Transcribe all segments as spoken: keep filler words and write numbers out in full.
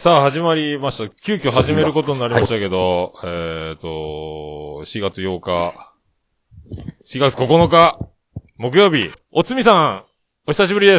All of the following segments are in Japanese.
さあ、始まりました。急遽始めることになりましたけど、はい、えっと、しがつようか、しがつここのか、木曜日、おつみさん、お久しぶりです。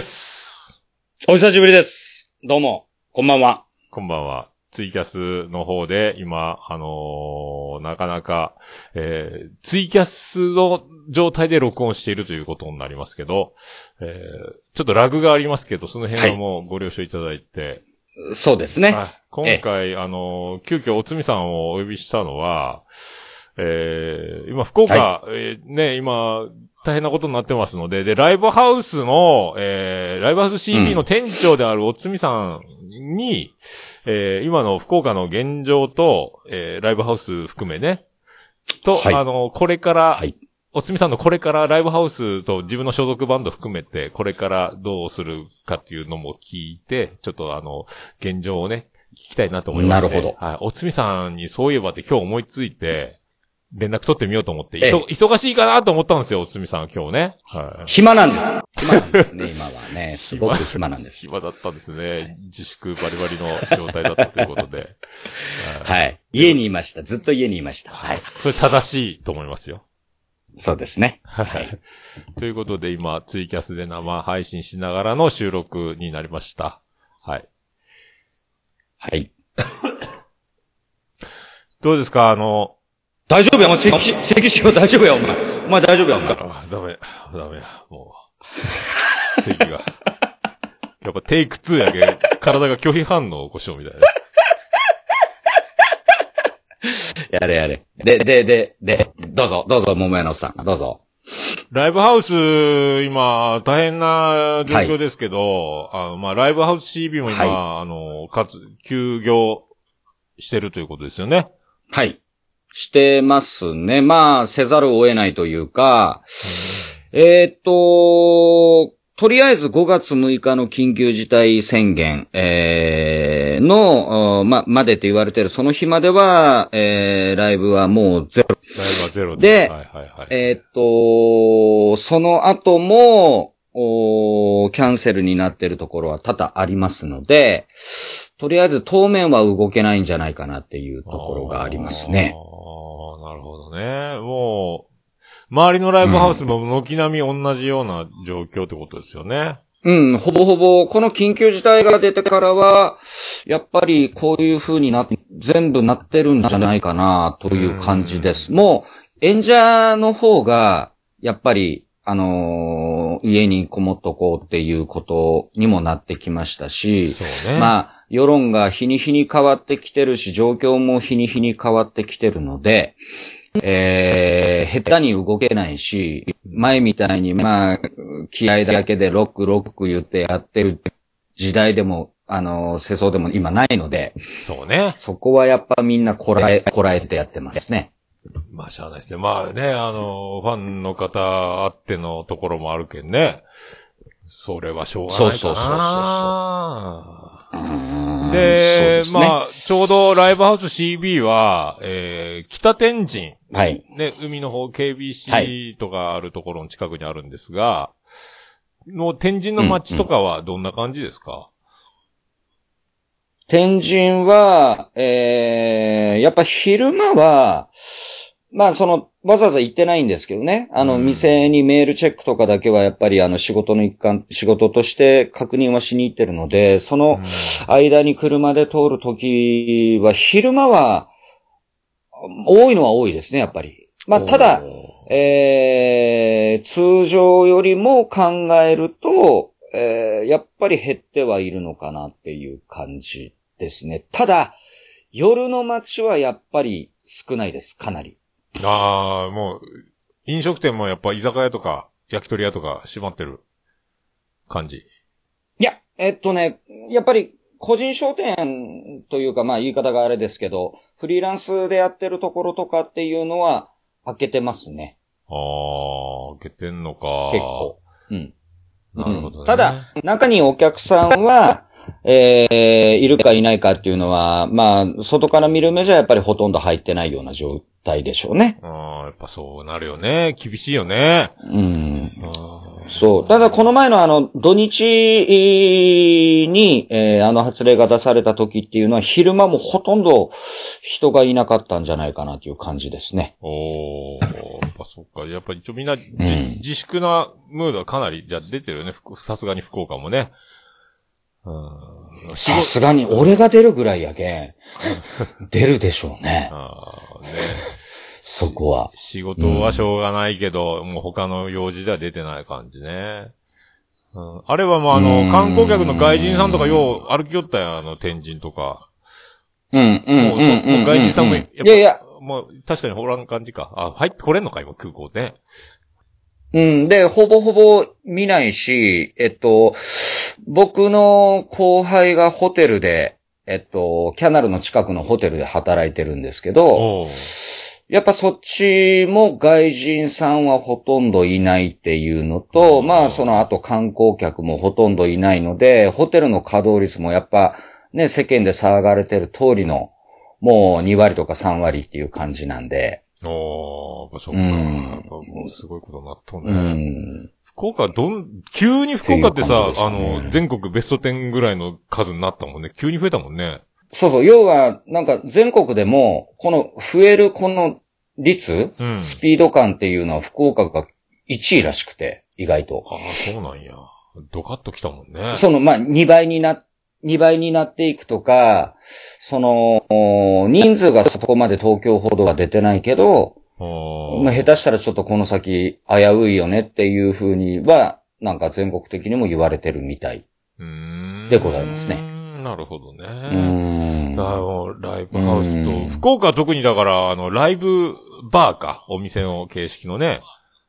お久しぶりです。どうも、こんばんは。 こんばんは。ツイキャスの方で、今、あのー、なかなか、えー、ツイキャスの状態で録音しているということになりますけど、えー、ちょっとラグがありますけど、その辺はもうご了承いただいて、 はい、そうですね。 はい、今回、あのー、急遽おつみさんをお呼びしたのは、えー、今、福岡、はい、えー、ね、今、大変なことになってますので、で、ライブハウスの、えー、ライブハウス シービー の店長であるおつみさんに、うん、えー、今の福岡の現状と、えー、ライブハウス含めね、と、はい、あの、これから、はい、おつみさんのこれからライブハウスと自分の所属バンド含めて、これからどうするかっていうのも聞いて、ちょっとあの、現状をね、聞きたいなと思います、ね。 なるほど。 はい。おつみさんにそういえばって今日思いついて、連絡取ってみようと思って、いそ、忙しいかなと思ったんですよ、おつみさん今日ね。 はい。暇なんです。暇なんですね、今はね。すごく暇なんです。 暇だったんですね。自粛バリバリの状態だったということで。 はい、はい。家にいました。ずっと家にいました。はい。 それ正しいと思いますよ。 そうですね。 はい。ということで今、ツイキャスで生配信しながらの収録になりました。はい。 はい。 どうですかあの、 大丈夫や、お前、咳し、咳しよう大丈夫や、お前。お前大丈夫や、お前。 あ、ダメ、ダメや、もう。咳が。やっぱテイクツーやけ、体が拒否反応を起こしようみたいな。 やれやれ。で、で、で、で、どうぞ、どうぞ、桃屋のさん、どうぞ。 ライブハウス、今、大変な状況ですけど、はい、あの、まあ、ライブハウス シービー も今、はい、あの、かつ、休業してるということですよね。 はい。してますね。まあ、せざるを得ないというか、えー、っと、とりあえずごがつむいかの緊急事態宣言、えー、の、ま、までって言われてるその日までは、えー、ライブはもうゼロ。 ライブはゼロで、はいはいはい、えー、っと、その後も、おキャンセルになってるところは多々ありますので、とりあえず当面は動けないんじゃないかなっていうところがありますね。 ああ、なるほどね。もう、周りのライブハウスも軒並み同じような状況ってことですよね。 うん、ほぼほぼ、この緊急事態が出てからは、やっぱりこういう風にな、全部なってるんじゃないかな、という感じです。もう、演者の方が、やっぱり、あのー、家にこもっとこうっていうことにもなってきましたし、 そうね。 まあ、世論が日に日に変わってきてるし、状況も日に日に変わってきてるので、えー、下手に動けないし、前みたいにまあ、気合だけでロックロック言ってやってる時代でも、あの、世相でも今ないので、 そうね。 そこはやっぱみんなこらえ、こらえてやってますね。 まあ、しゃあないですね。まあね、あの、ファンの方あってのところもあるけんね。それはしょうがないかな。そうそうそうそう。で、でね、まあ、ちょうどライブハウス シービー は、えー、北天神。 はい。 ね、海の方 ケービーシー とかあるところの近くにあるんですが、の天神の街とかはどんな感じですか？うんうん、 天神は、えー、やっぱ昼間は、まあその、わざわざ行ってないんですけどね。あの、店にメールチェックとかだけはやっぱりあの仕事の一環、仕事として確認はしに行ってるので、その間に車で通るときは、昼間は、多いのは多いですね、やっぱり。まあただ、えー、通常よりも考えると、えー、やっぱり減ってはいるのかなっていう感じですね。ただ、夜の街はやっぱり少ないです、かなり。 ああ、もう、飲食店もやっぱ居酒屋とか、焼き鳥屋とか閉まってる感じ。 いや、えっとね、やっぱり個人商店というか、まあ言い方があれですけど、フリーランスでやってるところとかっていうのは開けてますね。 ああ、開けてんのか。 結構。うん。 なるほどね。 ただ、中にお客さんは、えー、いるかいないかっていうのは、まあ、外から見る目じゃやっぱりほとんど入ってないような状態でしょうね。 ああ、やっぱそうなるよね。厳しいよね。 うん。 そう。ただこの前のあの、土日に、えー、あの発令が出された時っていうのは昼間もほとんど人がいなかったんじゃないかなという感じですね。 おー。やっぱそっか。やっぱり一応みんな、うん、自粛なムードはかなり、じゃ出てるよね。さすがに福岡もね。 さすがに俺が出るぐらいやけん。出るでしょうね。あねそこは。 仕事はしょうがないけど、うん、もう他の用事では出てない感じね。うん、あれはもうあの、観光客の外人さんとかよう歩きよったやん、あの、天神とか。 うん、うん。 もう、そ、もう外人さんも、やっぱ、 いやいや。 もう、確かにほらん感じか。あ、入ってこれんのか、今、空港ね。 うん。で、ほぼほぼ見ないし、えっと、僕の後輩がホテルで、えっと、キャナルの近くのホテルで働いてるんですけど、やっぱそっちも外人さんはほとんどいないっていうのと、まあその後観光客もほとんどいないので、ホテルの稼働率もやっぱね、世間で騒がれてる通りの、もうに割とかさん割っていう感じなんで。 おー、そっか。うん、やっぱもうすごいことになったね。うん、福岡どん、急に福岡ってさ、ね、あの、全国ベストじゅうぐらいの数になったもんね。急に増えたもんね。 そうそう。要は、なんか全国でも、この増えるこの率、うん、スピード感っていうのは福岡がいちいらしくて、意外と。 ああ、そうなんや。ドカッと来たもんね。 その、まあ、にばいにな、にばいになっていくとか、その、人数がそこまで東京ほどは出てないけど、まあ、下手したらちょっとこの先危ういよねっていうふうには、なんか全国的にも言われてるみたいでございますね。 なるほどね。うん。ライブハウスと、福岡は特にだから、あの、ライブバーか、お店の形式のね。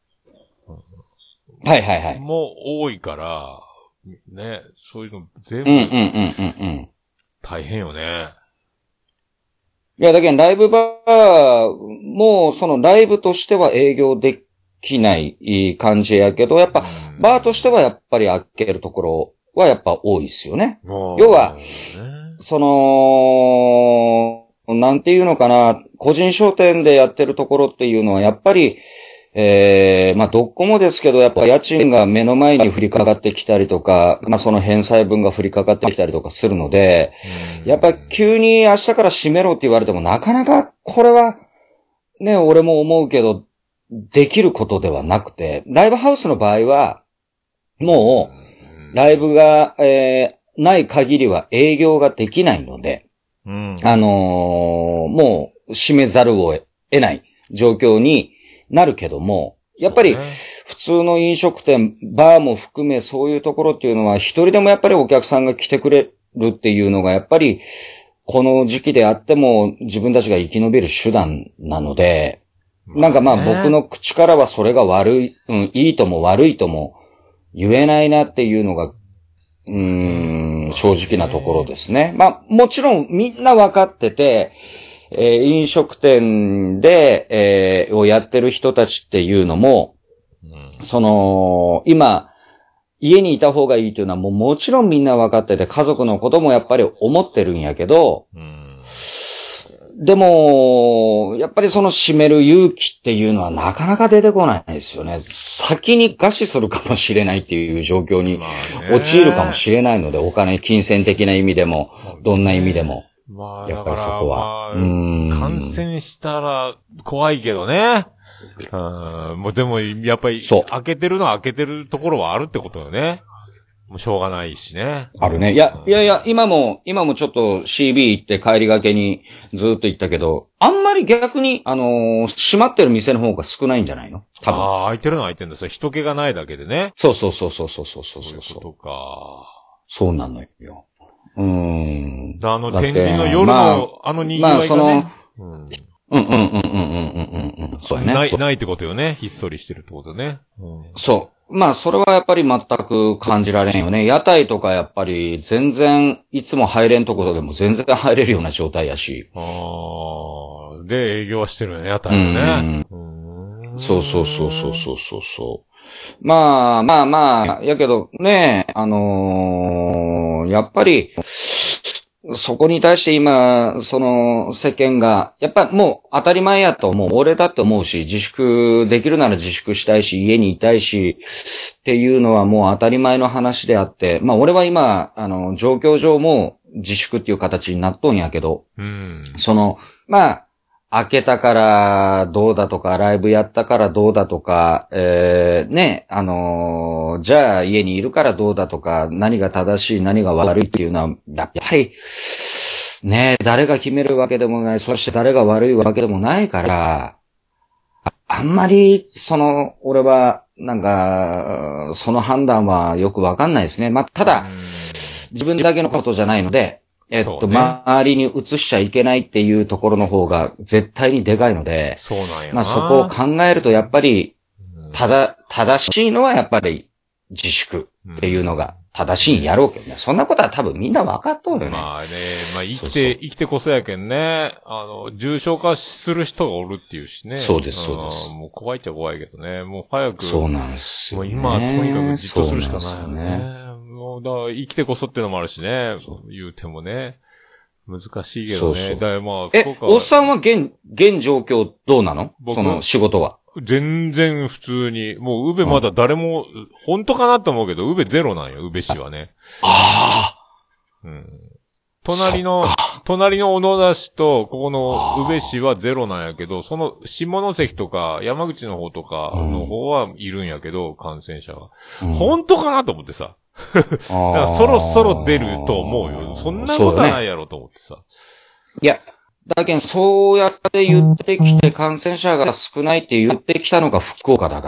はいはいはい。 もう多いから、ね、そういうの全部、 うんうんうんうんうん。 大変よね。 いや、だけどライブバーも、そのライブとしては営業できない感じやけど、やっぱ、バーとしてはやっぱり開けるところはやっぱ多いですよね。要は、その、なんていうのかな、個人商店でやってるところっていうのはやっぱり、ええー、まあ、どっこもですけど、やっぱ家賃が目の前に降りかかってきたりとか、まあ、その返済分が降りかかってきたりとかするので、やっぱり急に明日から閉めろって言われても、なかなかこれは、ね、俺も思うけど、できることではなくて、ライブハウスの場合は、もう、ライブが、えー、ない限りは営業ができないので、うん、あのー、もう閉めざるを得ない状況に、なるけども、やっぱり普通の飲食店、バーも含めそういうところっていうのは一人でもやっぱりお客さんが来てくれるっていうのがやっぱりこの時期であっても自分たちが生き延びる手段なので、なんかまあ僕の口からはそれが悪い、うん、いいとも悪いとも言えないなっていうのが、うーん、正直なところですね。まあもちろんみんな分かってて、えー、飲食店で、えー、をやってる人たちっていうのも、うん、その、今、家にいた方がいいというのはもうもちろんみんな分かってて、家族のこともやっぱり思ってるんやけど、うん、でも、やっぱりその閉める勇気っていうのはなかなか出てこないですよね。先に餓死するかもしれないっていう状況に陥るかもしれないので、お金、金銭的な意味でも、どんな意味でも。 まあ、だから、まあ、感染したら怖いけどね。うん、もうでも、やっぱり、開けてるのは開けてるところはあるってことよね。もうしょうがないしね。 あるね。いや、いやいや、今も、今もちょっと シービー 行って帰りがけにずっと行ったけど、あんまり逆に、あのー、閉まってる店の方が少ないんじゃないの？多分。 ああ、開いてるのは開いてるんですよ。人気がないだけでね。 そうそうそうそうそうそうそうそう。 そういうことか。 そうなのよ。うーん。 あの、天神の夜の、まあ、あの賑わいがね。まあ、その、うん。 うんうんうんうんうんうんうんうん。そうやね。 ない、ないってことよね。ひっそりしてるってことね。 うん、そう。まあ、それはやっぱり全く感じられんよね。屋台とかやっぱり全然、いつも入れんところでも全然入れるような状態やし。 ああ。で、営業はしてるよね、屋台もね。うん。そうそうそうそうそうそうそう。まあまあまあ、やけどね、あのー、やっぱり、 そこに対して今、その世間が、やっぱもう当たり前やと思う。俺だって思うし、自粛できるなら自粛したいし、家にいたいし、っていうのはもう当たり前の話であって、まあ俺は今、あの、状況上も自粛っていう形になっとんやけど、 うん、 その、まあ、開けたからどうだとか、ライブやったからどうだとか、えー、ね、あのー、じゃあ家にいるからどうだとか、何が正しい、何が悪いっていうのは、やっぱり、ね、誰が決めるわけでもない、そして誰が悪いわけでもないから、あ、あんまり、その、俺は、なんか、その判断はよくわかんないですね。まあ、ただ、自分だけのことじゃないので、えっと、ね、周りに移しちゃいけないっていうところの方が絶対にでかいので、 そうなんやな。 まあそこを考えるとやっぱり、ただ、正しいのはやっぱり自粛っていうのが正しいんやろうけどね。そんなことは多分みんな分かっとるよね。 まあね、まあ生きて、そうそう生きてこそやけんね。あの、重症化する人がおるっていうしね。 そうです、そうです。 もう怖いっちゃ怖いけどね。もう早く。 そうなんですよ、ね。 もう今はとにかくじっとするしかないよね。もうだから生きてこそってのもあるしね。言うてもね。難しいけどね。そうそうだからまあ、 え、おっさんは現、現状況どうなの？その仕事は。 全然普通に。もう、宇部まだ誰も、うん、本当かなと思うけど、宇部ゼロなんよ、宇部市はね。 ああ。 うん。隣の、隣の小野田市と、ここの宇部市はゼロなんやけど、その下関とか山口の方とかの方はいるんやけど、うん、感染者は。うん、本当かなと思ってさ。だからそろそろ出ると思うよ。そんなことはないやろと思ってさ。 ね、いや、だけどそうやって言ってきて感染者が少ないって言ってきたのが福岡だから。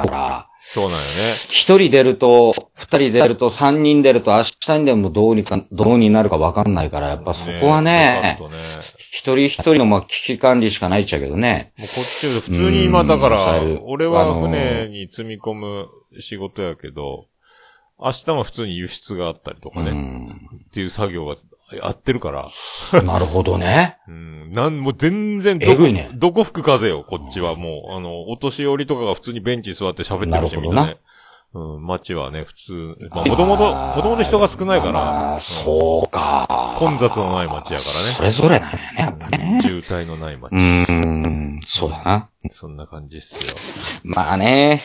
そうなんよね。 一人出ると、二人出ると、三人出ると、明日にでもどうにか、どうになるか分かんないから、やっぱそこはね、ね一人一人のまあ危機管理しかないっちゃけどね。 もうこっち普通に今だから、俺は船に積み込む仕事やけど、明日も普通に輸出があったりとかね。っていう作業がやってるから。 なるほどね。 うん。なん、もう全然どこ、ね、どこ吹く風よ、こっちはもう。あの、お年寄りとかが普通にベンチ座って喋ってるし、みんなね。うん、街はね、普通。まあ、もともと、もともと人が少ないから。 ああ、うん、そうか。 混雑のない街やからね。 それぞれなんやね、やっぱね。 渋滞のない街。 うーん、そうだな。 そんな感じっすよ。 まあね。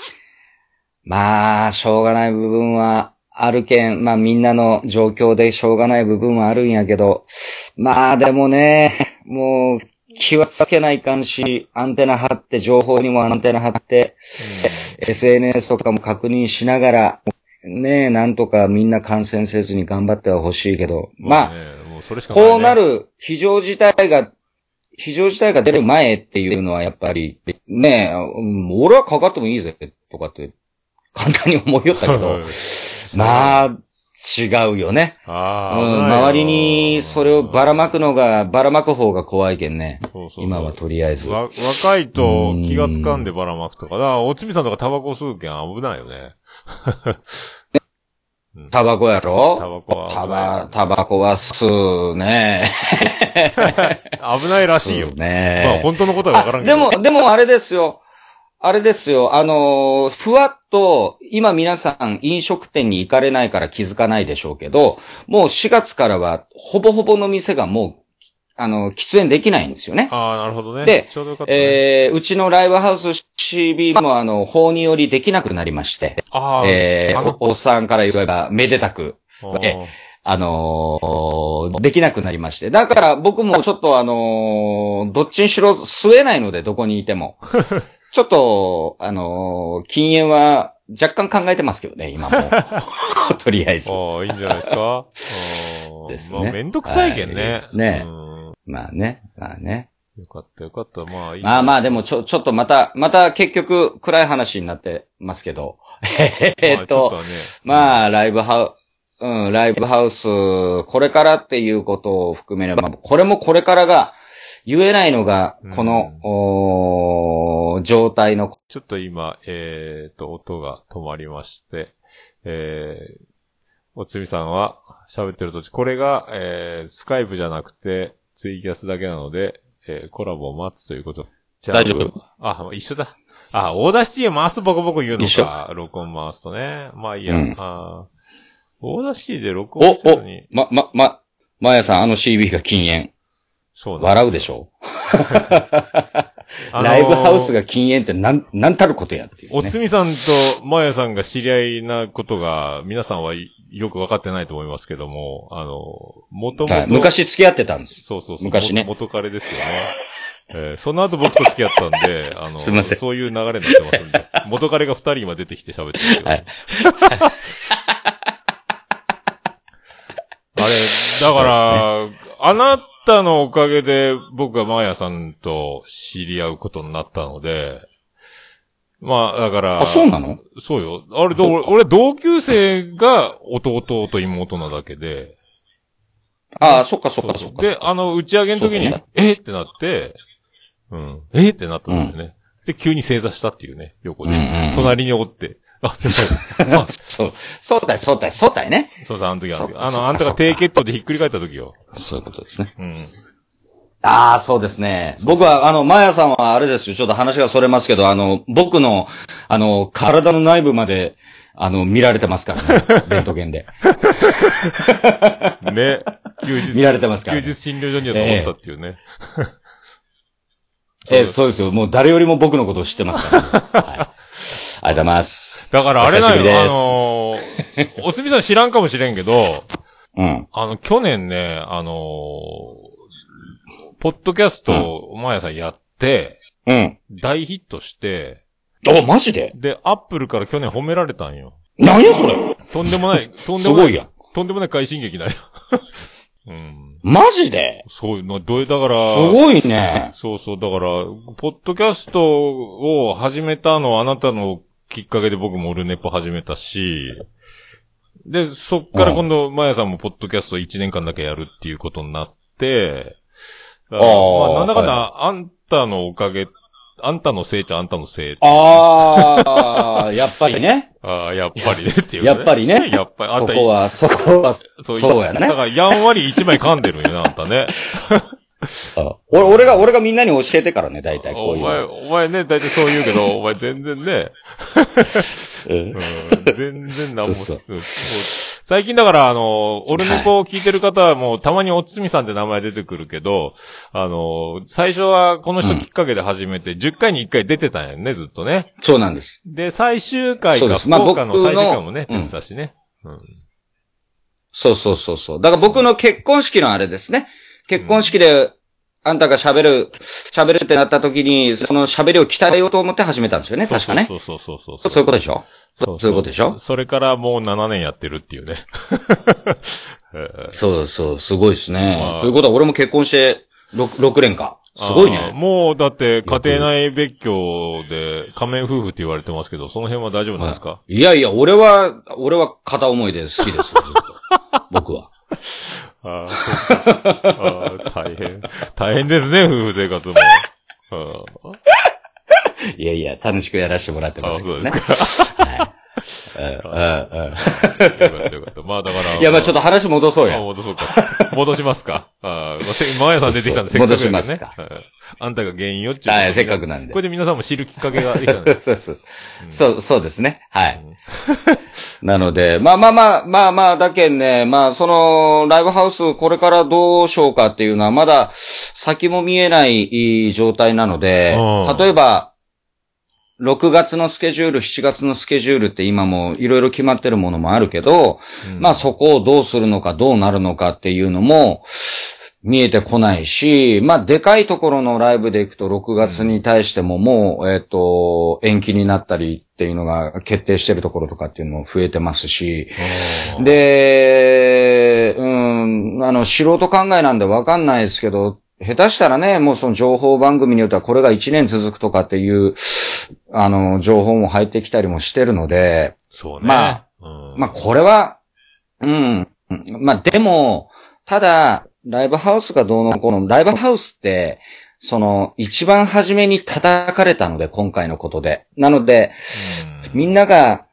まあ、しょうがない部分はあるけん、まあみんなの状況でしょうがない部分はあるんやけど、まあでもね、もう気はつけないかんし、アンテナ張って、情報にもアンテナ張って、うん、エスエヌエス とかも確認しながら、ねえ、なんとかみんな感染せずに頑張ってはほしいけど、まあ、まあもうそれしかないね、こうなる非常事態が、非常事態が出る前っていうのはやっぱり、ねえ、俺はかかってもいいぜ、とかって、簡単に思いよったけど、まあ、違うよね。あうん、周りにそれをばらまくのが、ばらまく方が怖いけんね。そうそうそう今はとりあえず。 わ、若いと気がつかんでばらまくとか。だから、おつみさんとかタバコ吸うけん危ないよね。 タバコやろタバコはタバ、タバコは吸うね。 危ないらしいよ。ね。まあ本当のことはわからんけど。 でも、でもあれですよ。あれですよ、あのー、ふわっと、今皆さん飲食店に行かれないから気づかないでしょうけど、もうしがつからは、ほぼほぼの店がもう、あの、喫煙できないんですよね。 ああ、なるほどね。 で、ちょうどよかったね、えー、うちのライブハウス シービー もあの、法によりできなくなりまして、あえー、お、おっさんから言えば、めでたく、えあのー、できなくなりまして。だから僕もちょっとあのー、どっちにしろ吸えないので、どこにいても。ちょっと、あのー、禁煙は若干考えてますけどね、今も。とりあえず。 ああ、いいんじゃないですか。ですね。まあ、めんどくさいけんね。 ね、うん。まあね、まあね。 よかったよかった。まあいい。 まあまあでもちょ、ちょっとまた、また結局暗い話になってますけど。えっと、まあ、ね、まあ、ライブハウ、うん、ライブハウス、これからっていうことを含めれば、これもこれからが、言えないのが、この、うん、お状態の。 ちょっと今、えっと、音が止まりまして、えー、おつみさんは喋ってる途中、これが、えー、スカイプじゃなくて、ツイキャスだけなので、えー、コラボを待つということ。 じゃあ大丈夫。 あ、一緒だ。あ、オーダーシティを回すボコボコ言うのか。録音回すとね。まあいいや。うん、あオーダーシティで録音するのに。 お、お、ま、ま、ま、 マヤさん、あの シービー が禁煙。 そうだ。 笑うでしょあのー、 ライブハウスが禁煙ってなん、なんたることやっていう、ね。 おつみさんとマヤさんが知り合いなことが、皆さんはよくわかってないと思いますけども、あの、もともと。 昔付き合ってたんです。 そうそうそう。 昔ね。 元彼ですよね。えー、その後僕と付き合ったんで、あの、 すみません。 そういう流れになってますんで。元彼が二人今出てきて喋ってるけど。はい。あれ、だから、ね、あなたのおかげで僕がマーヤさんと知り合うことになったので、まあ、だから。 あ、そうなの？ そうよ。あれ、俺、同級生が弟と妹なだけで。 ああ、そっかそっかそっか。 で、あの、打ち上げの時に、えってなって、うん。えってなったんだよね。うん、で、急に正座したっていうね、横で。うんうんうん、隣におって。あ、すいません。 そう、そうだよ、そうだよ、そうだよね。 そうそう、あの時、あの時。あの、あんたが低血糖でひっくり返った時よ。 そういうことですね。 うん。 ああ、そうですね。僕は、あの、マヤさんはあれですよ。ちょっと話がそれますけど、あの、僕の、あの、体の内部まで、あの、見られてますからね。レントゲンで。 ね。休日。 見られてますから、 ね。休日診療所にはと思ったっていうね。 えー、えー、そうですよ。もう誰よりも僕のことを知ってますから、ね。はい。ありがとうございます。 だからあれなんよ、あのー、おつみさん知らんかもしれんけど、 うん。 あの、去年ね、あのー、ポッドキャストをマヤさんやって、 うん。 大ヒットして、 あ、マジで？ で、アップルから去年褒められたんよ。 何やそれ？ とんでもない、とんでもない。 すごいや。 とんでもない快進撃だよ。うん。 マジで？ そういうの、どうだから。 すごいね。 そうそう、だから、ポッドキャストを始めたのはあなたのきっかけで僕もオルネポ始めたし、で、そっから今度、マヤさんもポッドキャストいちねんかんだけやるっていうことになって、あまあ、なんだかんだ、はい、あんたのおかげ、あんたのせいちゃあんたのせい。 ああ、やっぱりね。 ああ、やっぱりねっていう、ね。 やっぱりね。 やっぱり、あんたそこは、そこは、そうそうやね。 だから、やんわり一枚噛んでるんやな、あんたね。 あ俺、俺が、俺がみんなに教えてからね、大体こういう。 お前、お前ね、大体そう言うけど、お前全然ね。うん、全然なんもそうそう最近だから、あの、オルネポを聞いてる方はもう、たまにおつみさんって名前出てくるけど、あの、最初はこの人きっかけで始めて、うん、じゅっかいにいっかい出てたんやね、ずっとね。 そうなんです。 で、最終回か、福岡の最終回もね、まあ、出てたしね、うんうん。 そうそうそうそう。だから僕の結婚式のあれですね。結婚式で、あんたが喋る、喋るってなった時に、その喋りを鍛えようと思って始めたんですよね、確かね。 そうそうそうそうそう。そういうことでしょ？そうそういうことでしょ？ それからもうななねんやってるっていうね。 そうそう、すごいですね。まあ、ということは俺も結婚して 6, 6年か。すごいね。 もうだって家庭内別居で仮面夫婦って言われてますけど、その辺は大丈夫なんですか？ いやいや、俺は、俺は片思いで好きですよ、ずっと。僕は。 ああ、あ大変。大変ですね、夫婦生活も。 いやいや、楽しくやらせてもらってますけどね。 あ、そうですか。はい。 うん、うん、うん。よかったよかった。まあだから。 いや、まあちょっと話戻そうや。 あ、戻そうか。戻しますか。ああ、まあ、マヤさん出てきたんで、せっかくなんでね。戻しますか。あんたが原因よっちゅう。 はい、せっかくなんで。 これで皆さんも知るきっかけができたんで。 そうそう。うん、そう、そうですね。はい。うん、なので、まあまあまあ、まあまあ、だけんね、まあその、ライブハウスこれからどうしようかっていうのはまだ先も見えない状態なので、例えば、ろくがつのスケジュール、しちがつのスケジュールって今もいろいろ決まってるものもあるけど、うん、まあそこをどうするのかどうなるのかっていうのも見えてこないし、まあでかいところのライブで行くとろくがつに対してももう、えっと、延期になったりっていうのが決定してるところとかっていうのも増えてますし、で、うん、あの、素人考えなんでわかんないですけど、下手したらね、もうその情報番組によってはこれがいちねん続くとかっていう、あの、情報も入ってきたりもしてるので、 そうね。 まあ、うん、まあこれは、うん、まあでも、ただ、ライブハウスがどうのこうの、ライブハウスって、その、一番初めに叩かれたので、今回のことで。なので、うん、みんなが、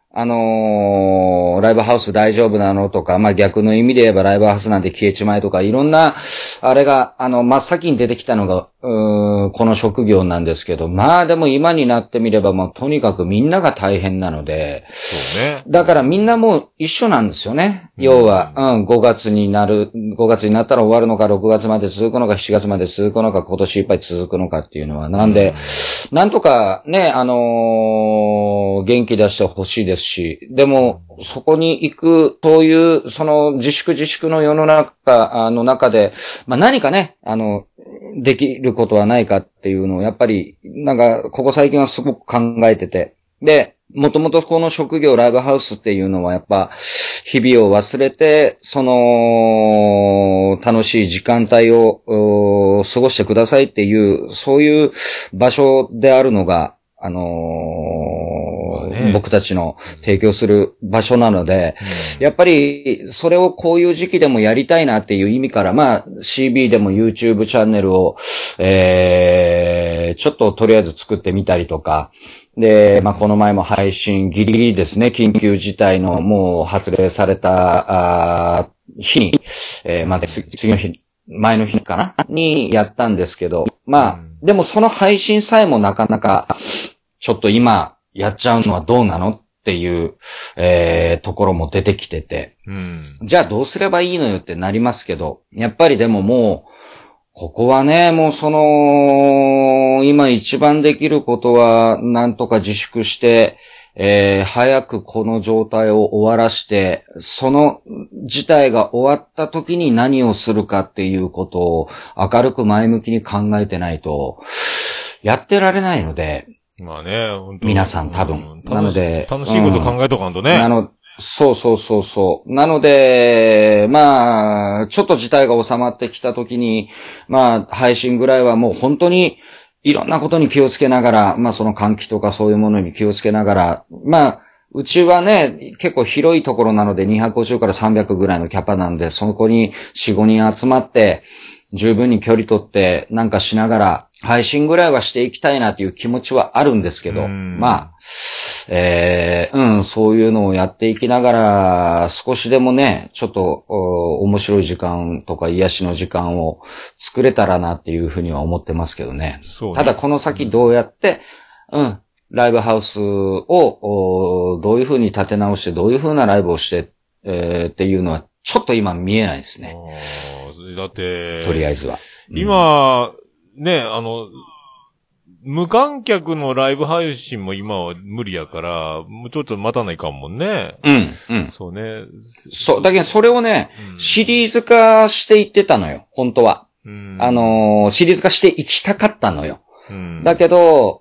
あのー、ライブハウス大丈夫なのとか、まあ、逆の意味で言えばライブハウスなんて消えちまえとか、いろんな、あれが、あの、真っ先に出てきたのが、うーん、この職業なんですけど、まあでも今になってみれば、もうとにかくみんなが大変なので、 そうね。 だからみんなもう一緒なんですよね。 うん、 要は、うん、ごがつになる、ごがつになったら終わるのか、ろくがつまで続くのか、しちがつまで続くのか、今年いっぱい続くのかっていうのは、なんで、うん、なんとかね、あのー、元気出してほしいですし、でも、そこに行く、そういう、その自粛自粛の世の中、あの中で、まあ何かね、あの、できることはないかっていうのを、やっぱり、なんか、ここ最近はすごく考えてて、で、もともとこの職業ライブハウスっていうのはやっぱ日々を忘れてその楽しい時間帯を過ごしてくださいっていうそういう場所であるのがあのーね、僕たちの提供する場所なので、うん、やっぱりそれをこういう時期でもやりたいなっていう意味からまあ シービー でも YouTube チャンネルを、えー、ちょっととりあえず作ってみたりとかで、まあ、この前も配信ギリギリですね、緊急事態のもう発令された、あ日に、えー、まあ、次の日、前の日かなにやったんですけど、まあ、でもその配信さえもなかなか、ちょっと今やっちゃうのはどうなのっていう、えー、ところも出てきてて、うん、じゃあどうすればいいのよってなりますけど、やっぱりでももう、ここはね、もうその、今一番できることは、なんとか自粛して、えー、早くこの状態を終わらして、その事態が終わった時に何をするかっていうことを明るく前向きに考えてないと、やってられないので、 まあね、本当皆さん多分。 うん、 なので、 楽しいこと考えとかんとね。 うん、なのそうそうそうそう。なので、まあ、ちょっと事態が収まってきたときに、まあ、配信ぐらいはもう本当にいろんなことに気をつけながら、まあその換気とかそういうものに気をつけながら、まあ、うちはね、結構広いところなのでにひゃくごじゅうからさんびゃくぐらいのキャパなんで、そこによん、ごにん集まって、十分に距離取ってなんかしながら、配信ぐらいはしていきたいなという気持ちはあるんですけど、まあ、えー、うん、そういうのをやっていきながら、少しでもね、ちょっと、面白い時間とか癒しの時間を作れたらなっていうふうには思ってますけどね。そうね。ただこの先どうやって、うん、ライブハウスを、どういうふうに立て直して、どういうふうなライブをして、えー、っていうのは、ちょっと今見えないですね。 だって、 とりあえずは。 今、うん、ね、あの、無観客のライブ配信も今は無理やから、もうちょっと待たないかんもんね。 うん、うん。 そうね。 そう、だけどそれをね、うん、シリーズ化していってたのよ、本当は。うん、あのー、シリーズ化していきたかったのよ。うん、だけど、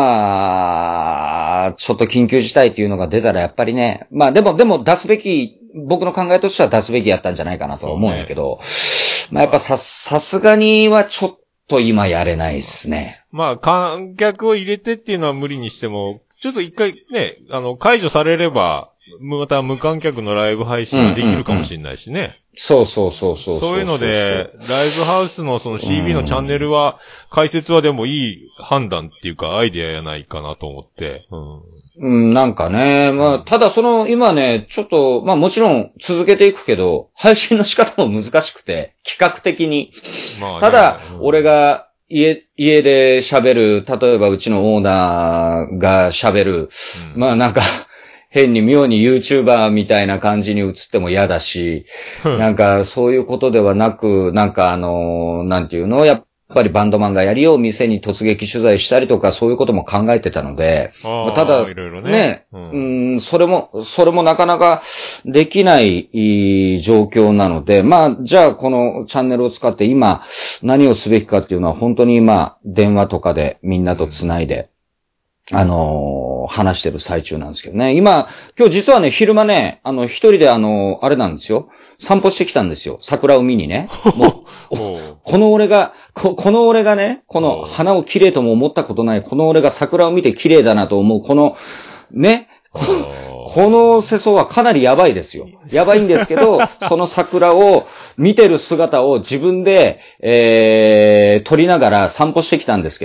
まあ、ちょっと緊急事態っていうのが出たらやっぱりね、まあでも、でも出すべき、僕の考えとしては出すべきやったんじゃないかなと思うんやけど、ね、まあやっぱさ、さすがにはちょっと今やれないですね。 まあ観客を入れてっていうのは無理にしても、ちょっと一回ね、あの、解除されれば、また無観客のライブ配信ができるかもしれないしね。うんうんうん、 そうそうそうそうそう。 そういうので、ライブハウスのその シービー のチャンネルは、解説はでもいい判断っていうかアイデアやないかなと思って。うんうん、なんかね、まあ、ただその、今ね、ちょっと、まあもちろん続けていくけど、配信の仕方も難しくて、企画的に。まあね、ただ、うん、俺が家、家で喋る、例えばうちのオーナーが喋る、うん、まあなんか、変に妙に YouTuber みたいな感じに映っても嫌だし、なんかそういうことではなく、なんかあの、なんていうの、やっやっぱりバンドマンがやりを店に突撃取材したりとかそういうことも考えてたので、まあ、ただ、いろいろね、ね、うん、うん、それも、それもなかなかできない状況なので、まあ、じゃあこのチャンネルを使って今何をすべきかっていうのは本当に今電話とかでみんなとつないで、うん、あのー、話してる最中なんですけどね。今、今日実はね、昼間ね、あの、一人であのー、あれなんですよ。散歩してきたんですよ。桜を見にね。もうこの俺がこ、この俺がね、この花を綺麗とも思ったことない、この俺が桜を見て綺麗だなと思う、この、ね、この、この世相はかなりやばいですよ。やばいんですけど、その桜を見てる姿を自分で、えー、撮りながら散歩してきたんですけど、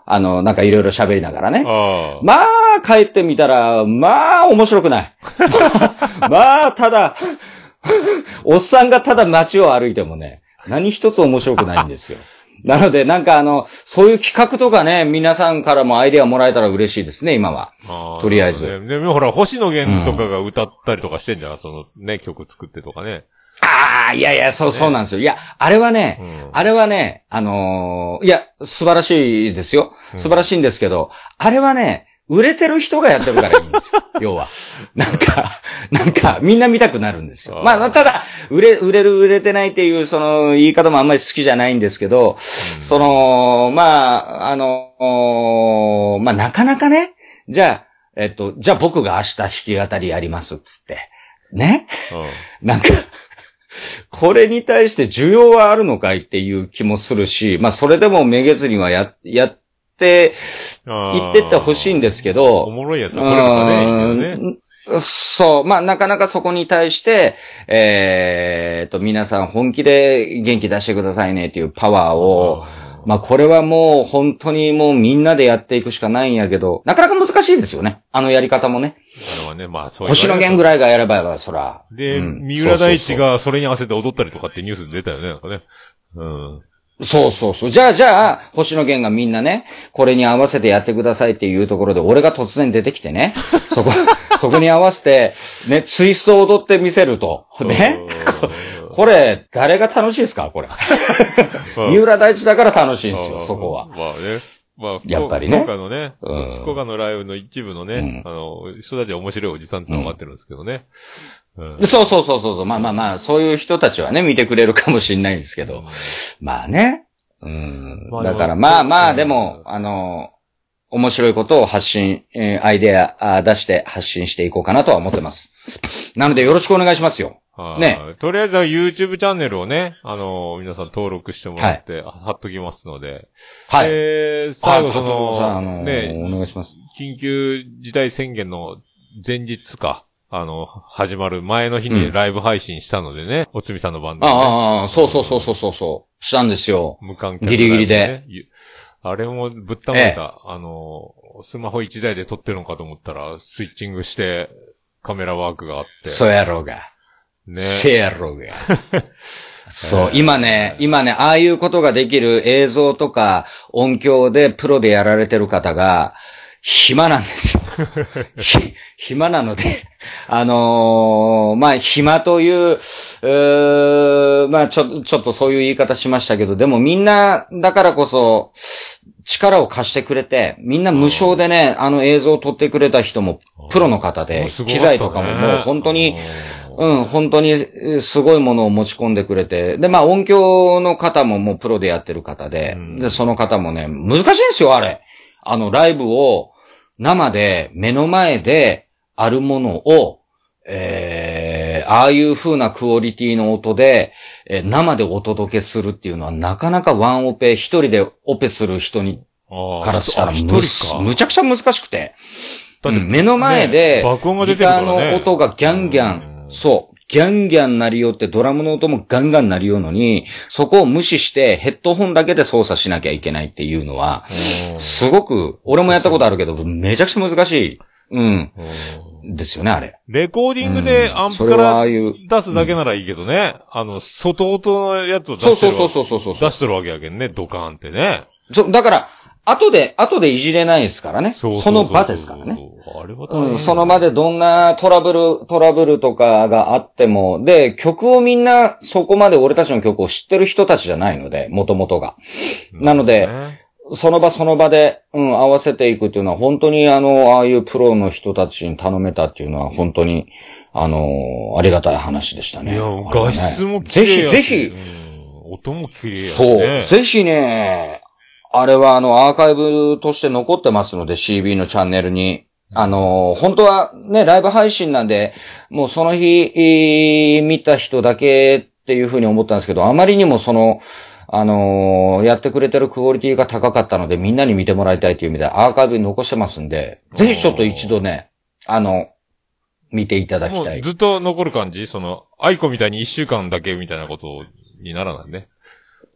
あの、なんかいろいろ喋りながらね。 あまあ、帰ってみたら、まあ、面白くない。まあ、ただ、おっさんがただ街を歩いてもね、何一つ面白くないんですよ。なので、なんかあの、そういう企画とかね、皆さんからもアイデアもらえたら嬉しいですね、今は。 あとりあえず。 ね、でもほら、星野源とかが歌ったりとかしてんじゃん、うん、そのね、曲作ってとかね。 ああ、いやいや、そう、ね、そうなんですよ。いや、あれはね、うん、あれはね、あのー、いや、素晴らしいですよ。素晴らしいんですけど、うん、あれはね、売れてる人がやってるからいいんですよ。要は。なんか、なんか、みんな見たくなるんですよ。まあ、ただ、売れ、売れる、売れてないっていう、その、言い方もあんまり好きじゃないんですけど、うん、その、まあ、あの、まあ、なかなかね、じゃあ、えっと、じゃあ僕が明日弾き語りやりますっつって。ね、うん、なんか、これに対して需要はあるのかいっていう気もするし、まあ、それでもめげずにはや、やって、言ってってほしいんですけど。 おもろいやつはこれとかね、いいけどね。 そう。まあ、なかなかそこに対して、えーと、皆さん本気で元気出してくださいねっていうパワーを、まあ、これはもう本当にもうみんなでやっていくしかないんやけど、なかなか難しいですよね。あのやり方もね。 あれはね、まあそういう。 星野源ぐらいがやれば、そら。 で、うん、三浦大知がそれに合わせて踊ったりとかってニュースで出たよね、なんかね。うん。 そうそうそう。じゃあ、じゃあ、星野源がみんなね、これに合わせてやってくださいっていうところで、俺が突然出てきてね、そこ、そこに合わせて、ね、ツイストを踊ってみせると。ね。これ、誰が楽しいですかこれ。三浦大知だから楽しいんですよ、そこは。 まあね。まあ、 やっぱりね。 福岡のね、うん、福岡のライブの一部のね、うん、あの、人たちは面白いおじさんってのは分かってるんですけどね。 うんうん、そうそうそうそう。まあまあまあ、そういう人たちはね、見てくれるかもしれないんですけど。うん、まあね。うん。まあ、だからまあまあ、でも、あの、面白いことを発信、えー、アイデア出して発信していこうかなとは思ってます。なのでよろしくお願いしますよ。ね。 とりあえずは YouTube チャンネルをね、あのー、皆さん登録してもらって、はい、貼っときますので。 はい。 えー、最後その、 あのー、ね、お願いします。 緊急事態宣言の前日か、あの、始まる前の日にライブ配信したのでね、うん、おつみさんの番組、ね。 ああ、そうそうそうそうそうそう。したんですよ。 無観客、 ね。ギリギリで。 あれもぶったまれた、ええ、あのー、スマホ一台で撮ってるのかと思ったら、スイッチングしてカメラワークがあって。 そうやろうが。ね。せやろうが。そう、今ね、今ね、ああいうことができる映像とか音響でプロでやられてる方が、暇なんですよ。暇なので、あのー、まあ、暇という、うーまあ、ちょ、ちょっとそういう言い方しましたけど、でもみんな、だからこそ、力を貸してくれて、みんな無償でね、あの映像を撮ってくれた人もプロの方で、機材とかももう本当に、うん、本当にすごいものを持ち込んでくれて、で、まあ音響の方ももうプロでやってる方で、で、その方もね、難しいんですよ、あれ。あのライブを生で目の前であるものを、えー、ああいう風なクオリティの音で、えー、生でお届けするっていうのはなかなかワンオペ、一人でオペする人に、からしたらむ、むちゃくちゃ難しくて。だって、うん、目の前で、ね、 爆音が出てるからね、 ギターの音がギャンギャン、そう、ギャンギャン鳴りよってドラムの音もガンガン鳴りようのに、そこを無視してヘッドホンだけで操作しなきゃいけないっていうのは、すごく、俺もやったことあるけど、めちゃくちゃ難しい。うん。ですよね、あれ。 レコーディングでアンプから出すだけならいいけどね。うん、あの、外音のやつを出してる。 そうそうそうそうそう。 出してるわけやけんね、ドカーンってね。 そう、だから、後で、後でいじれないですからね。そうそうそうそう。その場ですからね。 あれは大変、 うん、その場でどんなトラブル、トラブルとかがあっても、で、曲をみんな、そこまで俺たちの曲を知ってる人たちじゃないので、元々が。なので、ね、その場その場で、うん、合わせていくっていうのは、本当にあの、ああいうプロの人たちに頼めたっていうのは、本当に、あのー、ありがたい話でしたね。 いや、画質も綺麗やし。 ぜひ、ぜひ、 うん、音も綺麗やし、ね。 そう、ぜひね、あれはあの、アーカイブとして残ってますので、シービー のチャンネルに。あのー、本当はね、ライブ配信なんで、もうその日、見た人だけっていうふうに思ったんですけど、あまりにもその、あのー、やってくれてるクオリティが高かったので、みんなに見てもらいたいという意味でアーカイブに残してますんで、ぜひちょっと一度ね、あの、見ていただきたい。 もうずっと残る感じその、アイコみたいに一週間だけみたいなことにならないね。 ま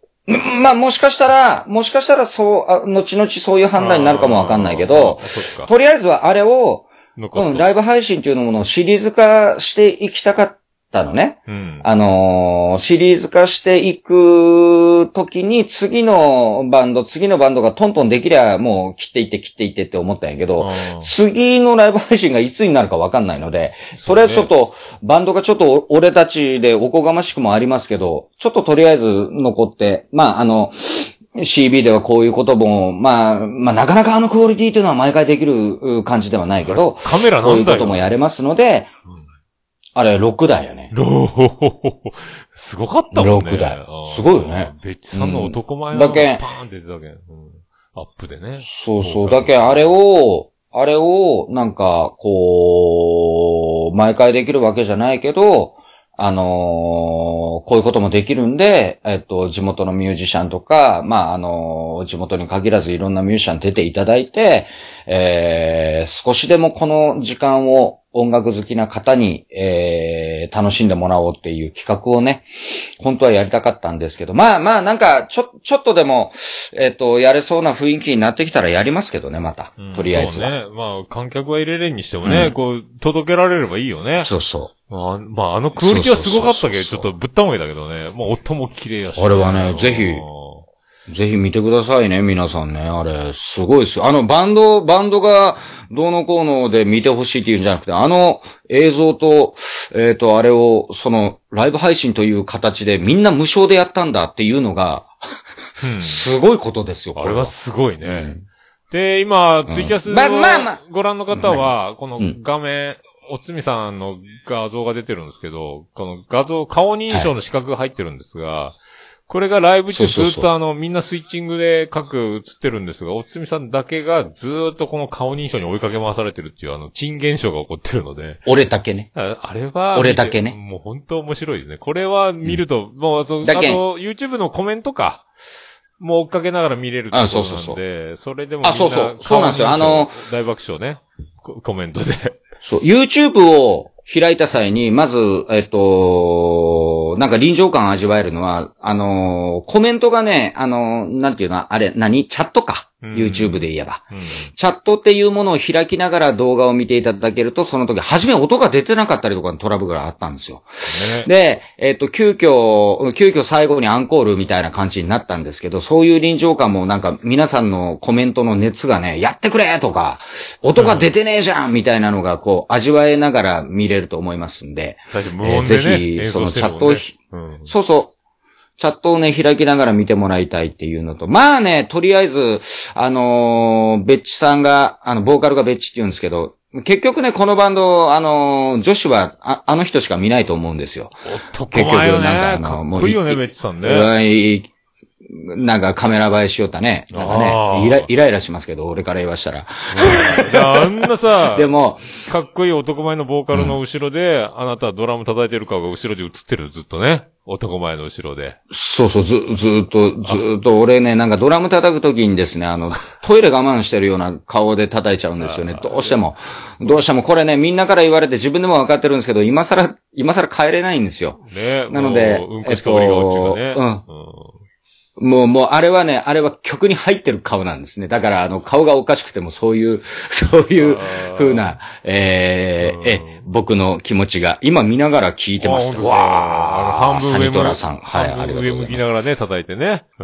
まあ、もしかしたら、もしかしたらそう、あ後々そういう判断になるかもわかんないけど、とりあえずはあれを、うん、ライブ配信っていうものをシリーズ化していきたかったのね。うん、あのー、シリーズ化していくときに次のバンド、次のバンドがトントンできりゃもう切っていって切っていってって思ったんやけど、次のライブ配信がいつになるかわかんないので、とりあえずちょっと、バンドがちょっと俺たちでおこがましくもありますけど、ちょっととりあえず残って、まああの、シービー ではこういうことも、まあ、まあ、なかなかあのクオリティというのは毎回できる感じではないけど、 カメラなんだよ。 こういうこともやれますので、うん、あれ、ろくだいよね。 ろー、すごかったもんね。 ろくだい。すごいよね。 ベッチさんの男前の、うん、パーンって出たけん、うん。アップでね。 そうそう。だけあれを、あれを、なんか、こう、毎回できるわけじゃないけど、あのー、こういうこともできるんで、えっと、地元のミュージシャンとか、まあ、あのー、地元に限らずいろんなミュージシャン出ていただいて、えー、少しでもこの時間を音楽好きな方に、えー、楽しんでもらおうっていう企画をね、本当はやりたかったんですけど、まあまあなんか、ちょ、ちょっとでも、えっと、やれそうな雰囲気になってきたらやりますけどね、また。うん、とりあえずは。 そうね。まあ、観客は入れれんにしてもね、うん、こう、届けられればいいよね。 そうそう。 まあ、まあ、あのクオリティはすごかったけど、ちょっとぶったまげたけどね。もう音も綺麗やし、ね。 あれはね、ぜひ、ぜひ見てくださいね、皆さんね。あれ、すごいですよ。あの、バンド、バンドがどうのこうので見てほしいっていうんじゃなくて、あの映像と、えっと、あれを、その、ライブ配信という形でみんな無償でやったんだっていうのが、うん、すごいことですよ、 これは。あれはすごいね。うん、で、今、ツイキャスをご覧の方は、この画面、おつみさんの画像が出てるんですけど、この画像、顔認証の四角が入ってるんですが、はい、これがライブ中ずっとあの、みんなスイッチングで各映ってるんですが、おつみさんだけがずーっとこの顔認証に追いかけ回されてるっていうあの、珍現象が起こってるので。 俺だけね。 あ, あれは、 俺だけね。 もう本当面白いですね。これは見ると、うん、もうあと、あと YouTube のコメントか。もう追っかけながら見れるってことなんで、そうそうそう、それでもみんな、 あ、そうそう、そうなんですよ。あの、 大爆笑ね。コメントで。 そう、YouTube を開いた際に、まず、えっと、なんか臨場感を味わえるのは、あの、コメントがね、あの、なんていうの、あれ、何チャットか。YouTube で言えば、うんうん。チャットっていうものを開きながら動画を見ていただけると、その時、初め音が出てなかったりとかのトラブルがあったんですよ。ね、で、えっと、急遽、急遽最後にアンコールみたいな感じになったんですけど、そういう臨場感もなんか皆さんのコメントの熱がね、やってくれとか、音が出てねえじゃんみたいなのがこう、味わえながら見れると思いますんで、 最初無音でね、 えー、ぜひ、そのチャットを、うん、そうそう、チャットをね、開きながら見てもらいたいっていうのと、まあね、とりあえず、あのー、ベッチさんが、あの、ボーカルがベッチって言うんですけど、結局ね、このバンド、あのー、女子はあ、あの人しか見ないと思うんですよ。 男前よね。なんかあの、かっこいいよね、ベッチさんね。 なんかカメラ映えしよったね。なんかね、イライライラしますけど、俺から言わしたら。 あんなさ、 でも、 かっこいい男前のボーカルの後ろで、うん、あなたはドラム叩いてる顔が後ろで映ってる、ずっとね。男前の後ろで。 そうそう、ず、ずーっと、ずーっと、俺ね、なんかドラム叩くときにですね、あの、トイレ我慢してるような顔で叩いちゃうんですよね。どうしても。どうしても、これね、みんなから言われて自分でも分かってるんですけど、今更、今更帰れないんですよ。 ね、 なので、 うんこしか無理が落ちるね。うん。うんもう、もう、あれはね、あれは曲に入ってる顔なんですね。だから、あの、顔がおかしくても、そういう、そういう風な、えー、え、僕の気持ちが、今見ながら聞いてます。 わー。半分上向き、 さん。はい、 半分上向きながらね、叩いてね。うん。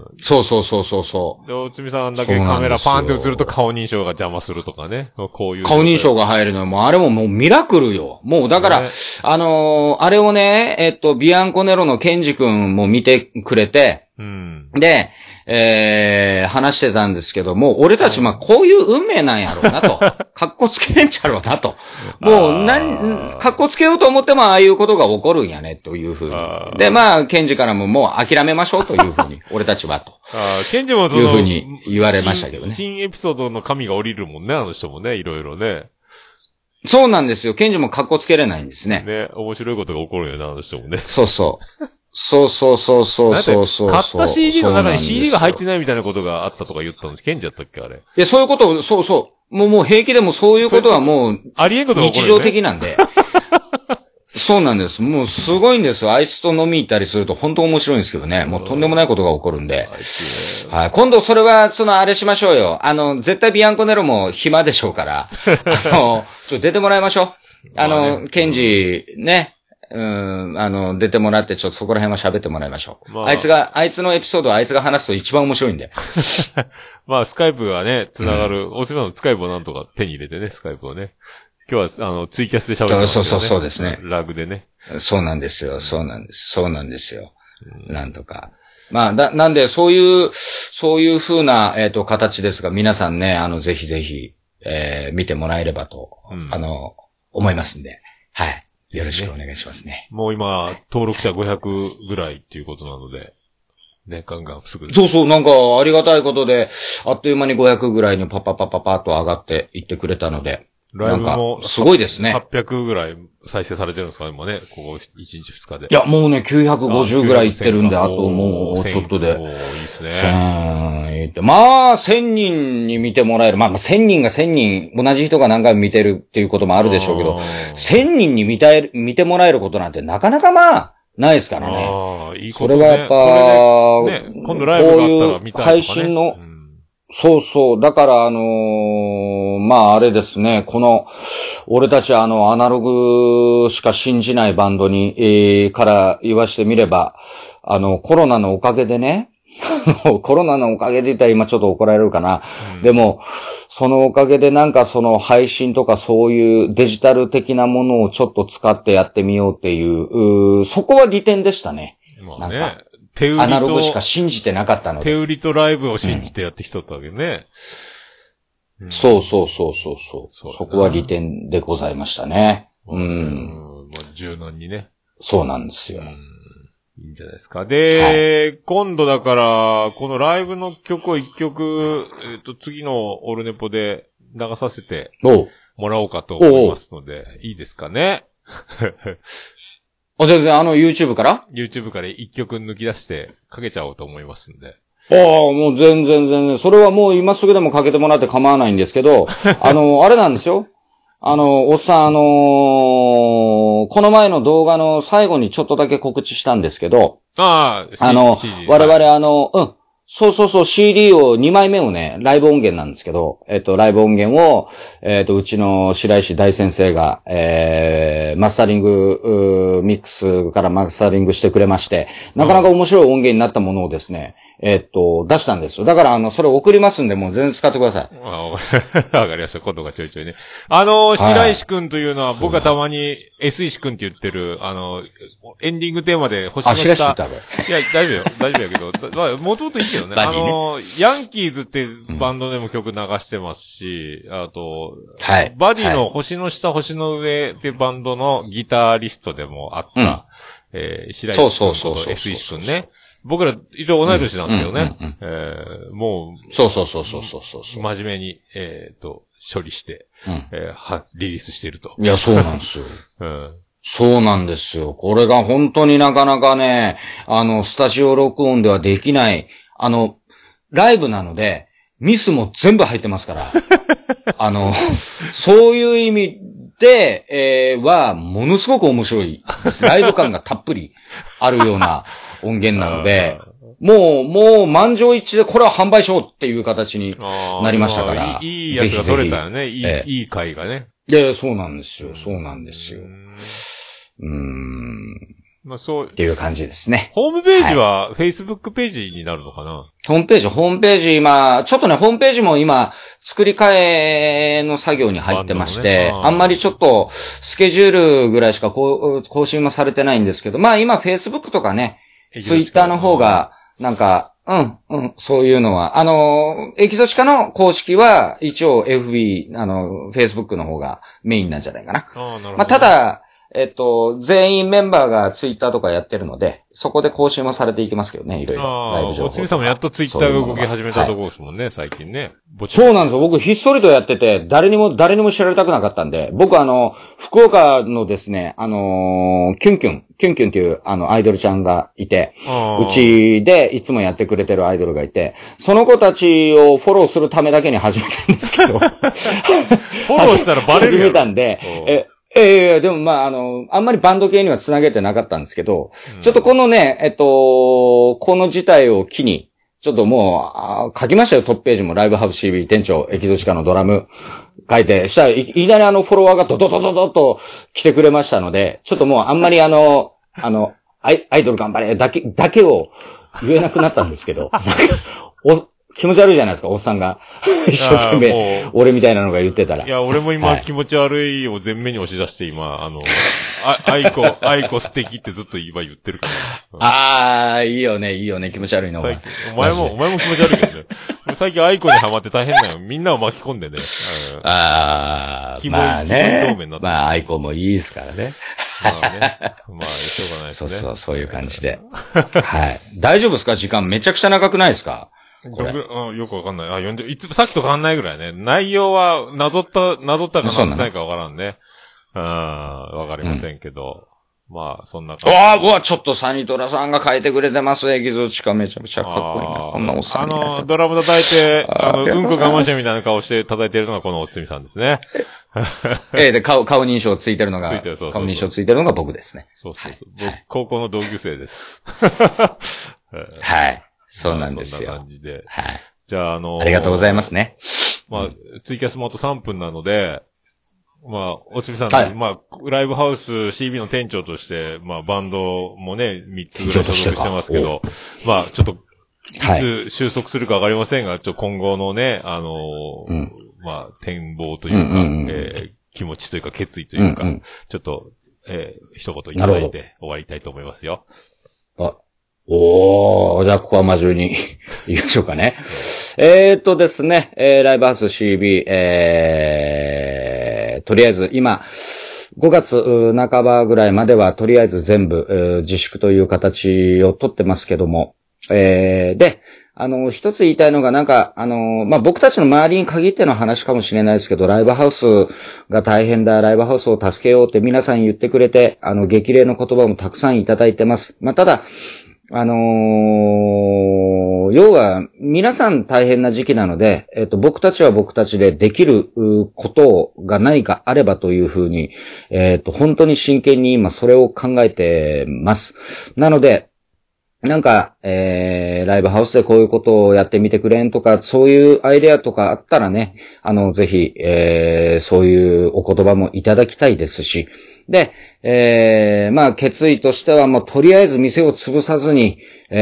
そうそうそうそうそう。 で、おつみさんだけカメラパーンって映ると顔認証が邪魔するとかね。こういう。 顔認証が入るのも、あれももうミラクルよ。もう、だから、ね、あのー、あれをね、えっと、ビアンコネロのケンジ君も見てくれて、うん、で、えー、話してたんですけども、俺たちまあこういう運命なんやろうなと。かっこつけれんちゃろうなと。もう、なん、かっこつけようと思ってもああいうことが起こるんやね、というふうに。で、まあ、ケンジからももう諦めましょうというふうに、俺たちはと。 ああ、ケンジもその、 いうふうに言われましたけどね。 新エピソードの神が降りるもんね、あの人もね、いろいろね。 そうなんですよ。ケンジもかっこつけれないんですね。 ね、面白いことが起こるよね、あの人もね。 そうそう。そうそうそうそうそうそう。 買った シーディー の中に シーディー が入ってないみたいなことがあったとか言ったんです。ケンジやったっけあれ。 いや、そういうこと、そうそう。もうもう平気でもそういうことはもう、 ありえんことが起こる、 ね。日常的なんで。 そうなんです。もうすごいんですよ。あいつと飲み行ったりすると本当面白いんですけどね。もうとんでもないことが起こるんで。はい。今度それは、そのあれしましょうよ。あの、絶対ビアンコネロも暇でしょうから。あの、ちょっと出てもらいましょう。あの、ね、ケンジ、ね。うん、あの、出てもらって、ちょっとそこら辺は喋ってもらいましょう。まあ、あいつが、あいつのエピソードはあいつが話すと一番面白いんで。 まあ、スカイプがね、繋がる。うん、おすすめのスカイプをなんとか手に入れてね、スカイプをね。今日は、あの、ツイキャスで喋ってますよね。そうそうそうですね。ラグでね。そうなんですよ。そうなんです。そうなんですよ。うん、なんとか。まあ、だ、なんで、そういう、そういう風な、えっと、形ですが、皆さんね、あの、ぜひぜひ、えー、見てもらえればと、うん、あの、思いますんで。はい。よろしくお願いしますね。 もう今、登録者ごひゃくぐらいっていうことなので。ね、ガンガンすぐ。 そうそう、なんか、ありがたいことで、あっという間にごひゃくぐらいにパパパパパッと上がっていってくれたので。 ライブも、 すごいですね。 はっぴゃくぐらい再生されてるんですか今ね。ここいちにちふつかで。 いや、もうね、きゅうひゃくごじゅうぐらいいってるんで、あともうちょっとで。 おー、いいっすね。 せんまあ、せんにんに見てもらえる。まあ、まあ、せんにんがせんにん、同じ人が何回も見てるっていうこともあるでしょうけど、せんにんに見たえ、見てもらえることなんてなかなかまあ、ないですからね。 ああ、いいことね。 それはやっぱ、 ね、今度ライブがあったら見たいとかね。 配信の、うんそうそう。だから、あのー、まあ、あれですね。この、俺たちあの、アナログしか信じないバンドに、えー、から言わしてみれば、あの、コロナのおかげでね、コロナのおかげで言ったら今ちょっと怒られるかな。うん、でも、そのおかげでなんかその配信とかそういうデジタル的なものをちょっと使ってやってみようっていう、うそこは利点でしたね。 まあね。 なんか手売りと、 アナログしか信じてなかったので。 手売りとライブを信じてやってきとったわけね。 うんうん、そうそうそうそうそう。そ, そこは利点でございましたね。うん。うん、 まあ、柔軟にね。 そうなんですよ。 うん、いいんじゃないですか。で、はい、今度だから、このライブの曲を一曲、えっと、次のオルネポで流させてもらおうかと思いますので、いいですかね。 あ、全然あの YouTube から ?YouTube から一曲抜き出してかけちゃおうと思いますんで。 ああ、もう全然全然。それはもう今すぐでもかけてもらって構わないんですけど、あの、あれなんですよ。あの、おっさん、あのー、この前の動画の最後にちょっとだけ告知したんですけど、 ああ、 あの、 シーディー、 我々あの、うん。そうそうそう、シーディー をにまいめをね、ライブ音源なんですけど、えっと、ライブ音源を、えっと、うちの白石大先生が、えー、マスタリング、ミックスからマスタリングしてくれまして、なかなか面白い音源になったものをですね、えっと、出したんですよ。だから、あの、それ送りますんで、もう全然使ってください。 あわかりました。今度がちょいちょいね。あの、白石くんというのは、僕がたまに S 石くんって言ってる、あの、エンディングテーマで星の下。 あ、白石っていや、大丈夫よ。大丈夫やけど。まあ、もともといいけどね。あの、ヤンキーズってバンドでも曲流してますし、うん、あと、 はい。 バディの星の下、星の上ってバンドのギタリストでもあった、うん、えー、白石くんと S 石くんね。僕ら、一応同い年なんですけどね。うんうんうんえー、もう、 そうそうそうそうそうそう。 真面目に、えっ、ー、と、処理して、うんえー、は、リリースしてると。 いや、そうなんですよ。 うん、 そうなんですよ。これが本当になかなかね、あの、スタジオ録音ではできない、あの、ライブなので、ミスも全部入ってますから。あの、そういう意味で、えー、は、ものすごく面白いです。ライブ感がたっぷりあるような音源なので、もう、もう満場一致でこれは販売しようっていう形になりましたから。 いい、いいやつが取れたよね。いい、えー、いい回がね。 いや、そうなんですよ。そうなんですよ。うーん。 まあそう。 っていう感じですね。 ホームページは、Facebook ページになるのかな、はい、 ホームページ、ホームページ、今、ちょっとね、ホームページも今、作り替えの作業に入ってまして、ね、あ, あんまりちょっと、スケジュールぐらいしか更新もされてないんですけど、まあ今、Facebook とかね、Twitter の方が、なんか、うん、うん、そういうのは。あの、エキゾチカの公式は、一応 エフビー、あの、Facebook の方がメインなんじゃないかな。 ああ、なるほどね。 まあ、ただ、えっと、全員メンバーがツイッターとかやってるので、そこで更新もされていきますけどね、いろいろ。ライブ情報。 おつみさんもやっとツイッターが動き始めたところですもんね、はい、最近ね。 そうなんですよ。僕ひっそりとやってて、誰にも、誰にも知られたくなかったんで、僕あの、福岡のですね、あのー、キュンキュン、キュンキュンっていうあのアイドルちゃんがいて、うちでいつもやってくれてるアイドルがいて、その子たちをフォローするためだけに始めたんですけど。フォローしたらバレるやん。 始めたんで、え、 ええー、でもまあ、あの、あんまりバンド系には繋げてなかったんですけど、うん、ちょっとこのね、えっと、この事態を機に、ちょっともう、あ書きましたよ、トップページも。ライブハウス シービー 店長、エキゾチカのドラム書いて、したらい、いきなりあの、フォロワーがドドドドドと来てくれましたので、ちょっともうあんまりあの、あの、アイ、アイドル頑張れだけ、だけを言えなくなったんですけど、お気持ち悪いじゃないですか、おっさんが。一生懸命、俺みたいなのが言ってたら。 いや、俺も今、はい、気持ち悪いを前面に押し出して今、あの、あ、アイコ、アイコ素敵ってずっと今言ってるから、ね。 うん、ああ、いいよね、いいよね、気持ち悪いのが。 最近、お前も、お前も気持ち悪いけどね。最近アイコにハマって大変だよ。みんなを巻き込んでね。 ああ、 気分、まあね、気分同盟になって。 まあ、アイコもいいですからね。 まあね。まあ、しょうがないですね。 そうそう、そういう感じで。はい。大丈夫ですか時間めちゃくちゃ長くないですかこれうん、よくわかんない。あ、よんじゅう、いつ、さっきと変わんないぐらいね。内容は、なぞった、なぞったかなってないかわからんね。うん、わかりませんけど。うん、まあ、そんな感じ。 ああ、うわ、ちょっとサニトラさんが書いてくれてます。エキゾチカめちゃくちゃかっこいいな。こんなおっさん。 あの、ドラム叩いて、あの、うんこ我慢してみたいな顔して叩いてるのがこのおつみさんですね。 ええ、で、顔、顔認証ついてるのが、 ついてるそうそうそう顔認証ついてるのが僕ですね。 そうそうそう。はい、僕、高校の同級生です。 はい。そうなんですよ。 そんな感じで。 はい。 じゃあ、あのー、 ありがとうございますね。 まあ、ツイキャスもあとさんぷんなので、まあ、おつみさんの、はい、まあ、ライブハウス シービー の店長として、まあ、バンドもね、みっつぐらい所属してますけど、まあ、ちょっと、いつ収束するかわかりませんが、はい、ちょっと今後のね、あのー、うん、まあ、展望というか、うんうんうん、えー、気持ちというか決意というか、うんうん、ちょっと、えー、一言いただいて終わりたいと思いますよ。 あおー、じゃあここは真面目に言いましょうかね。えーっとですね、えー、ライブハウス シービー、えー、とりあえず今、ごがつなかばぐらいまではとりあえず全部、えー、自粛という形をとってますけども、えー、で、あの、一つ言いたいのがなんか、あの、まあ、僕たちの周りに限っての話かもしれないですけど、ライブハウスが大変だ、ライブハウスを助けようって皆さん言ってくれて、あの、激励の言葉もたくさんいただいてます。まあ、ただ、あのー、要は、皆さん大変な時期なので、えっと、僕たちは僕たちでできることが何かあればというふうに、えっと、本当に真剣に今それを考えてます。なので、なんか、えー、ライブハウスでこういうことをやってみてくれんとか、そういうアイデアとかあったらね、あの、ぜひ、えー、そういうお言葉もいただきたいですし、で、えー、まあ、決意としてはもうとりあえず店を潰さずに、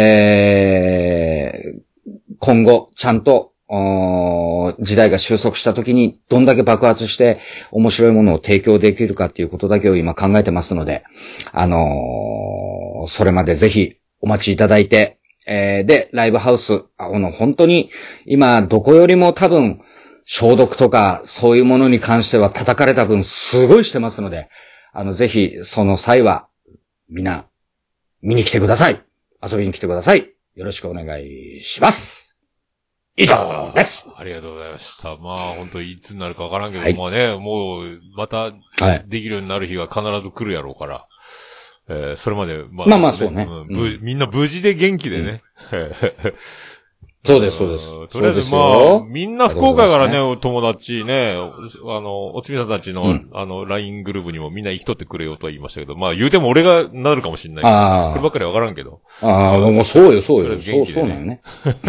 えー、今後、ちゃんと、時代が収束した時にどんだけ爆発して面白いものを提供できるかっていうことだけを今考えてますので、あのー、それまでぜひお待ちいただいて、えー、で、ライブハウス、あの、本当に今どこよりも多分消毒とかそういうものに関しては叩かれた分すごいしてますので、あの、ぜひその際はみんな見に来てください。遊びに来てください。よろしくお願いします。以上です。 ありがとうございました。まあ、本当いつになるかわからんけど、はい、まあね、もう、また、できるようになる日が必ず来るやろうから、えー、それまで、 まあ、まあまあそうね、 うんぶ。みんな無事で元気でね。うん、 そうです、そうです。 とりあえず、まあ、みんな福岡からね、お友達ね、あの、おつみさんたちの、うん、あの、ライン グループにもみんな生きとってくれよとは言いましたけど、まあ、言うても俺がなるかもしれない。ああ。こればっかりわからんけど。 ああ、もうそうよ、そうよ。そう、そうなのね。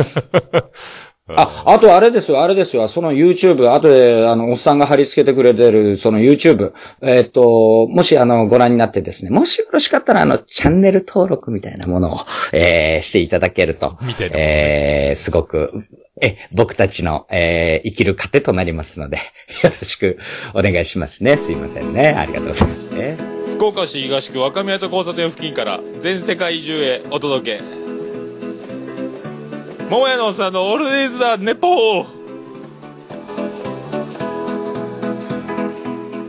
あ、あとあれですよ、あれですよ、その YouTube、あとで、あの、おっさんが貼り付けてくれてる、その YouTube、えー、っと、もしあの、ご覧になってですね、もしよろしかったらあの、チャンネル登録みたいなものを、えー、していただけると、 みたいな、 えー、すごく、え、僕たちの、えー、生きる糧となりますので、よろしくお願いしますね。すいませんね。ありがとうございますね。 福岡市東区若宮と交差点付近から全世界中へお届け。桃屋のおっさんのオールディーズ・ザ・ネポー。